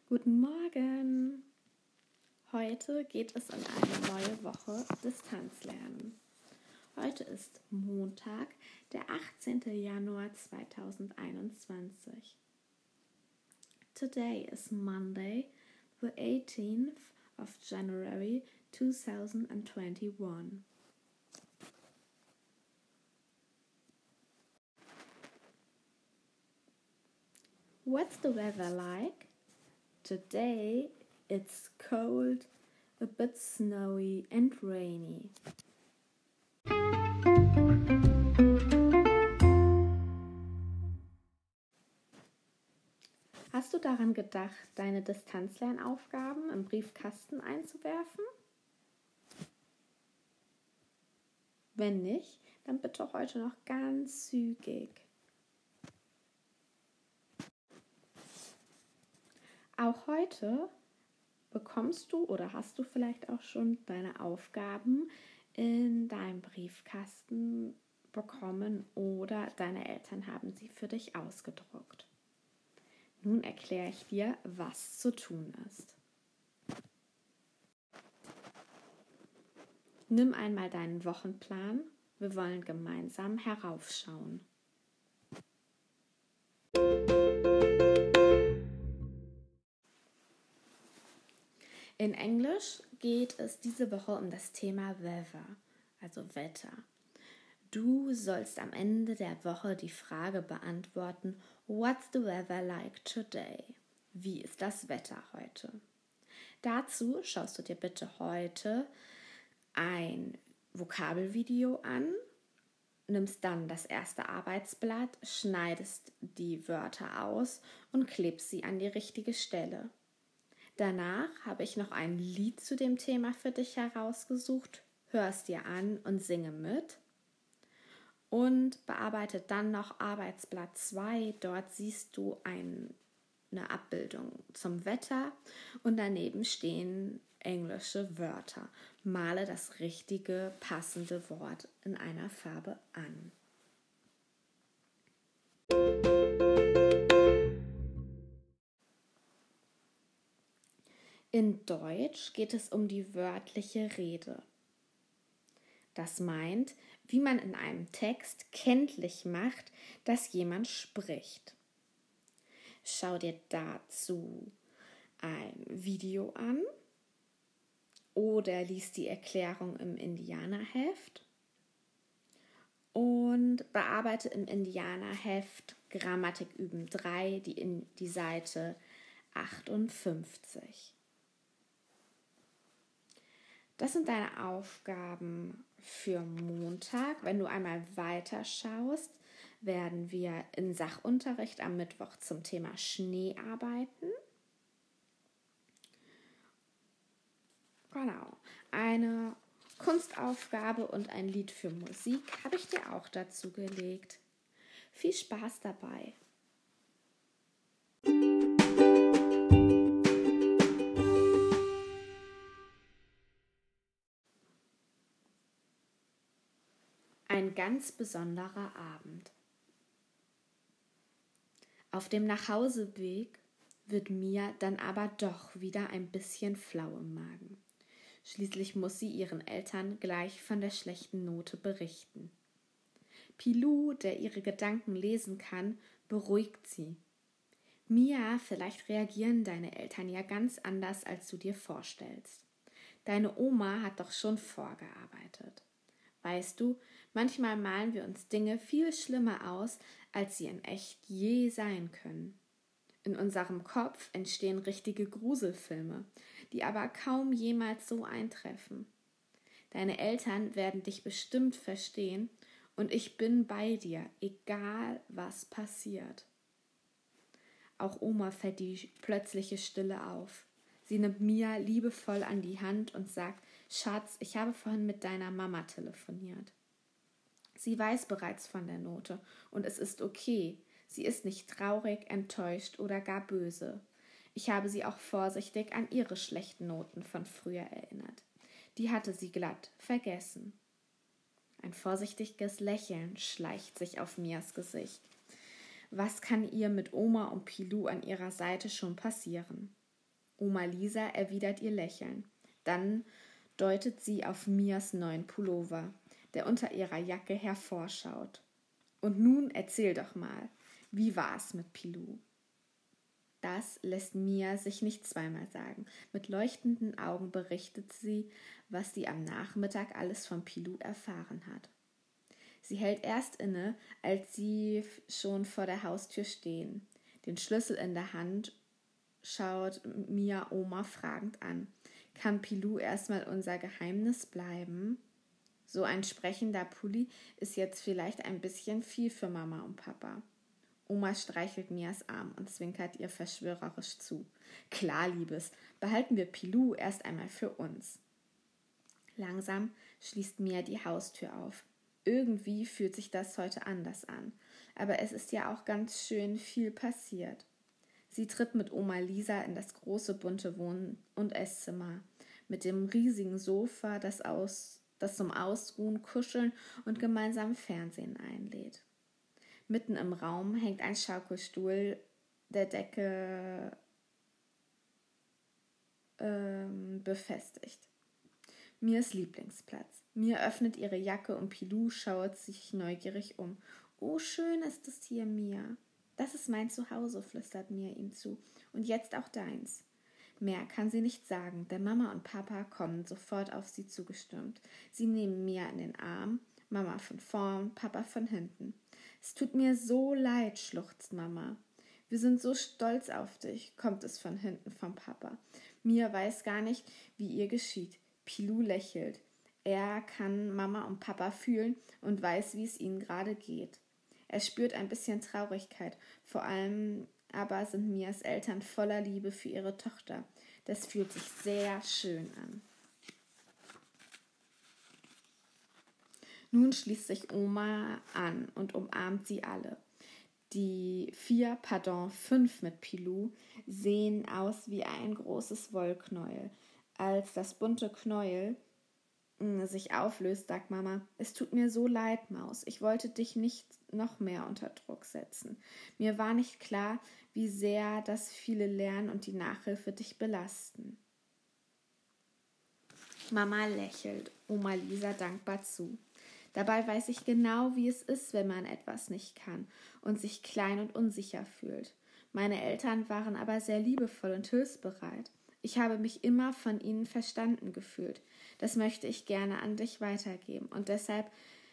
Guten Morgen! Heute geht es in eine neue Woche Distanzlernen. Heute ist Montag, der 18. Januar 2021. Today is Monday, the 18th of January 2021. What's the weather like? Today it's cold, a bit snowy and rainy. Hast du daran gedacht, deine Distanzlernaufgaben im Briefkasten einzuwerfen? Wenn nicht, dann bitte heute noch ganz zügig. Auch heute bekommst du oder hast du vielleicht auch schon deine Aufgaben in deinem Briefkasten bekommen oder deine Eltern haben sie für dich ausgedruckt. Nun erkläre ich dir, was zu tun ist. Nimm einmal deinen Wochenplan. Wir wollen gemeinsam heraufschauen. In Englisch geht es diese Woche um das Thema Weather, also Wetter. Du sollst am Ende der Woche die Frage beantworten, What's the weather like today? Wie ist das Wetter heute? Dazu schaust du dir bitte heute ein Vokabelvideo an, nimmst dann das erste Arbeitsblatt, schneidest die Wörter aus und klebst sie an die richtige Stelle. Danach habe ich noch ein Lied zu dem Thema für dich herausgesucht. Hör es dir an und singe mit. Und bearbeite dann noch Arbeitsblatt 2. Dort siehst du eine Abbildung zum Wetter und daneben stehen englische Wörter. Male das richtige, passende Wort in einer Farbe an. In Deutsch geht es um die wörtliche Rede. Das meint, wie man in einem Text kenntlich macht, dass jemand spricht. Schau dir dazu ein Video an oder lies die Erklärung im Indianerheft und bearbeite im Indianerheft Grammatik üben 3, die Seite 58. Das sind deine Aufgaben für Montag. Wenn du einmal weiter schaust, werden wir in Sachunterricht am Mittwoch zum Thema Schnee arbeiten. Genau. Eine Kunstaufgabe und ein Lied für Musik habe ich dir auch dazu gelegt. Viel Spaß dabei! Ein ganz besonderer Abend. Auf dem Nachhauseweg wird Mia dann aber doch wieder ein bisschen flau im Magen. Schließlich muss sie ihren Eltern gleich von der schlechten Note berichten. Pilou, der ihre Gedanken lesen kann, beruhigt sie. Mia, vielleicht reagieren deine Eltern ja ganz anders, als du dir vorstellst. Deine Oma hat doch schon vorgearbeitet. Weißt du, manchmal malen wir uns Dinge viel schlimmer aus, als sie in echt je sein können. In unserem Kopf entstehen richtige Gruselfilme, die aber kaum jemals so eintreffen. Deine Eltern werden dich bestimmt verstehen und ich bin bei dir, egal was passiert. Auch Oma fällt die plötzliche Stille auf. Sie nimmt Mia liebevoll an die Hand und sagt, Schatz, ich habe vorhin mit deiner Mama telefoniert. Sie weiß bereits von der Note und es ist okay. Sie ist nicht traurig, enttäuscht oder gar böse. Ich habe sie auch vorsichtig an ihre schlechten Noten von früher erinnert. Die hatte sie glatt vergessen. Ein vorsichtiges Lächeln schleicht sich auf Mias Gesicht. Was kann ihr mit Oma und Pilou an ihrer Seite schon passieren? Oma Lisa erwidert ihr Lächeln. Dann deutet sie auf Mias neuen Pullover, der unter ihrer Jacke hervorschaut. Und nun erzähl doch mal, wie war's mit Pilou? Das lässt Mia sich nicht zweimal sagen. Mit leuchtenden Augen berichtet sie, was sie am Nachmittag alles von Pilou erfahren hat. Sie hält erst inne, als sie schon vor der Haustür stehen. Den Schlüssel in der Hand schaut Mia Oma fragend an. Kann Pilou erstmal unser Geheimnis bleiben? So ein sprechender Pulli ist jetzt vielleicht ein bisschen viel für Mama und Papa. Oma streichelt Mias Arm und zwinkert ihr verschwörerisch zu. Klar, Liebes, behalten wir Pilou erst einmal für uns. Langsam schließt Mia die Haustür auf. Irgendwie fühlt sich das heute anders an, aber es ist ja auch ganz schön viel passiert. Sie tritt mit Oma Lisa in das große bunte Wohn- und Esszimmer mit dem riesigen Sofa, das zum Ausruhen, Kuscheln und gemeinsam Fernsehen einlädt. Mitten im Raum hängt ein Schaukelstuhl der Decke befestigt. Mias Lieblingsplatz. Mia öffnet ihre Jacke und Pilou schaut sich neugierig um. Oh, schön ist es hier, Mia. Das ist mein Zuhause, flüstert Mia ihm zu. Und jetzt auch deins. Mehr kann sie nicht sagen, denn Mama und Papa kommen sofort auf sie zugestürmt. Sie nehmen Mia in den Arm, Mama von vorn, Papa von hinten. Es tut mir so leid, schluchzt Mama. Wir sind so stolz auf dich, kommt es von hinten vom Papa. Mia weiß gar nicht, wie ihr geschieht. Pilou lächelt. Er kann Mama und Papa fühlen und weiß, wie es ihnen gerade geht. Er spürt ein bisschen Traurigkeit, vor allem aber sind Mias Eltern voller Liebe für ihre Tochter. Das fühlt sich sehr schön an. Nun schließt sich Oma an und umarmt sie alle. Die 5 mit Pilou sehen aus wie ein großes Wollknäuel. Als das bunte Knäuel sich auflöst, sagt Mama, es tut mir so leid, Maus. Ich wollte dich nicht noch mehr unter Druck setzen. Mir war nicht klar, wie sehr das viele Lernen und die Nachhilfe dich belasten. Mama lächelt Oma Lisa dankbar zu. Dabei weiß ich genau, wie es ist, wenn man etwas nicht kann und sich klein und unsicher fühlt. Meine Eltern waren aber sehr liebevoll und hilfsbereit. Ich habe mich immer von ihnen verstanden gefühlt. Das möchte ich gerne an dich weitergeben. Und deshalb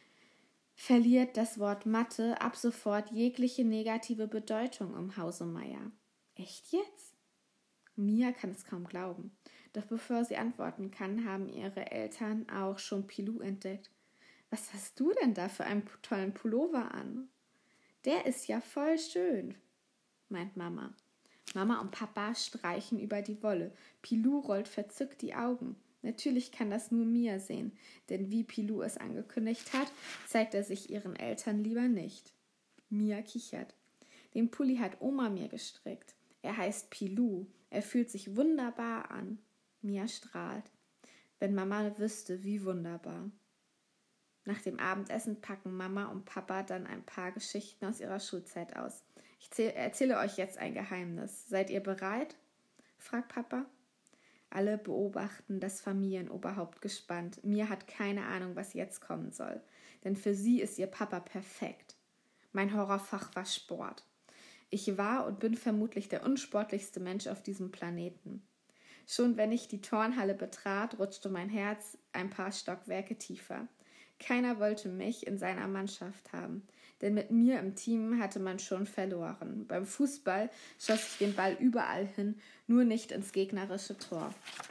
verliert das Wort Mathe ab sofort jegliche negative Bedeutung im Hause Meier. Echt jetzt? Mia kann es kaum glauben. Doch bevor sie antworten kann, haben ihre Eltern auch schon Pilou entdeckt. Was hast du denn da für einen tollen Pullover an? Der ist ja voll schön, meint Mama. Mama und Papa streichen über die Wolle. Pilou rollt verzückt die Augen. Natürlich kann das nur Mia sehen, denn wie Pilou es angekündigt hat, zeigt er sich ihren Eltern lieber nicht. Mia kichert. Den Pulli hat Oma mir gestrickt. Er heißt Pilou. Er fühlt sich wunderbar an. Mia strahlt. Wenn Mama wüsste, wie wunderbar. Nach dem Abendessen packen Mama und Papa dann ein paar Geschichten aus ihrer Schulzeit aus. Ich erzähle euch jetzt ein Geheimnis. Seid ihr bereit? Fragt Papa. Alle beobachten das Familienoberhaupt gespannt. Mia hat keine Ahnung, was jetzt kommen soll. Denn für sie ist ihr Papa perfekt. Mein Horrorfach war Sport. Ich war und bin vermutlich der unsportlichste Mensch auf diesem Planeten. Schon wenn ich die Turnhalle betrat, rutschte mein Herz ein paar Stockwerke tiefer. Keiner wollte mich in seiner Mannschaft haben, denn mit mir im Team hatte man schon verloren. Beim Fußball schoss ich den Ball überall hin, nur nicht ins gegnerische Tor.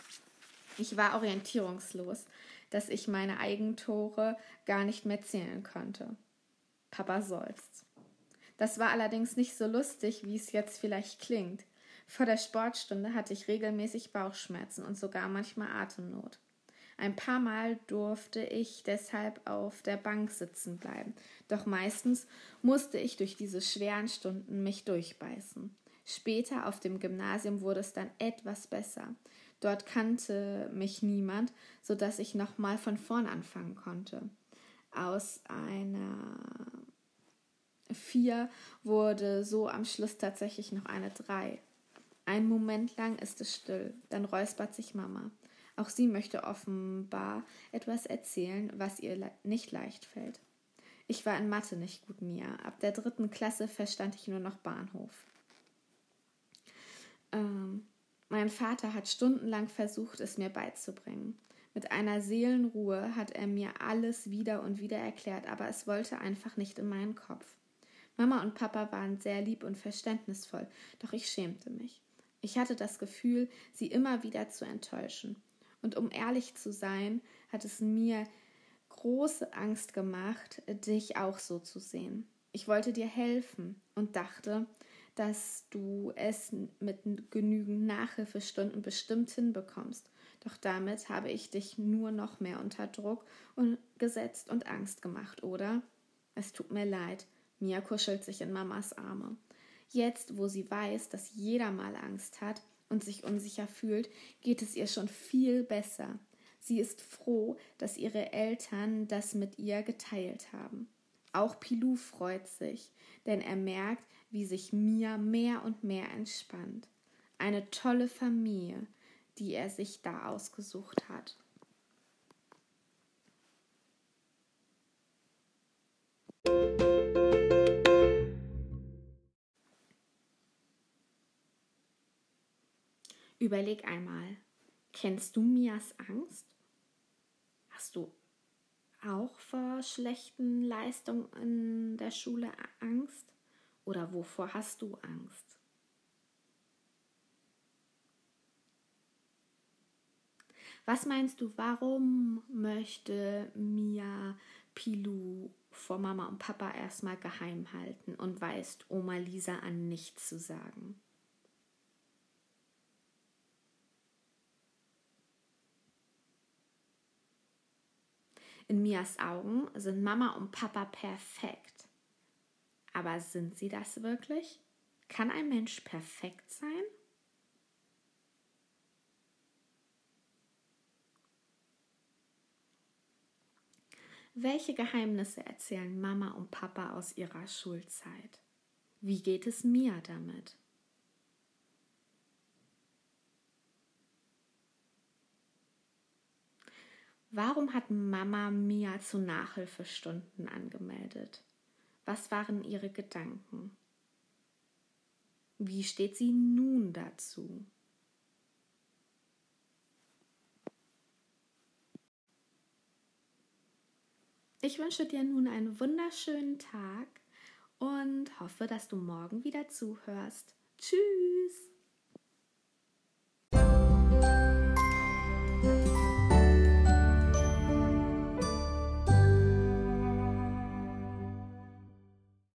Ich war orientierungslos, dass ich meine Eigentore gar nicht mehr zählen konnte. Papa seufzt. Das war allerdings nicht so lustig, wie es jetzt vielleicht klingt. Vor der Sportstunde hatte ich regelmäßig Bauchschmerzen und sogar manchmal Atemnot. Ein paar Mal durfte ich deshalb auf der Bank sitzen bleiben, doch meistens musste ich durch diese schweren Stunden mich durchbeißen. Später auf dem Gymnasium wurde es dann etwas besser. Dort kannte mich niemand, sodass ich nochmal von vorn anfangen konnte. Aus einer 4 wurde so am Schluss tatsächlich noch eine 3. Einen Moment lang ist es still, dann räuspert sich Mama. Auch sie möchte offenbar etwas erzählen, was ihr nicht leicht fällt. Ich war in Mathe nicht gut, Mia. Ab der 3. Klasse verstand ich nur noch Bahnhof. Mein Vater hat stundenlang versucht, es mir beizubringen. Mit einer Seelenruhe hat er mir alles wieder und wieder erklärt, aber es wollte einfach nicht in meinen Kopf. Mama und Papa waren sehr lieb und verständnisvoll, doch ich schämte mich. Ich hatte das Gefühl, sie immer wieder zu enttäuschen. Und um ehrlich zu sein, hat es mir große Angst gemacht, dich auch so zu sehen. Ich wollte dir helfen und dachte, dass du es mit genügend Nachhilfestunden bestimmt hinbekommst. Doch damit habe ich dich nur noch mehr unter Druck gesetzt und Angst gemacht, oder? Es tut mir leid. Mia kuschelt sich in Mamas Arme. Jetzt, wo sie weiß, dass jeder mal Angst hat und sich unsicher fühlt, geht es ihr schon viel besser. Sie ist froh, dass ihre Eltern das mit ihr geteilt haben. Auch Pilou freut sich, denn er merkt, wie sich Mia mehr und mehr entspannt. Eine tolle Familie, die er sich da ausgesucht hat. Überleg einmal, kennst du Mias Angst? Hast du auch vor schlechten Leistungen in der Schule Angst? Oder wovor hast du Angst? Was meinst du, warum möchte Mia Pilou vor Mama und Papa erstmal geheim halten und weist Oma Lisa an, nichts zu sagen? In Mias Augen sind Mama und Papa perfekt. Aber sind sie das wirklich? Kann ein Mensch perfekt sein? Welche Geheimnisse erzählen Mama und Papa aus ihrer Schulzeit? Wie geht es Mia damit? Warum hat Mama Mia zu Nachhilfestunden angemeldet? Was waren ihre Gedanken? Wie steht sie nun dazu? Ich wünsche dir nun einen wunderschönen Tag und hoffe, dass du morgen wieder zuhörst. Tschüss!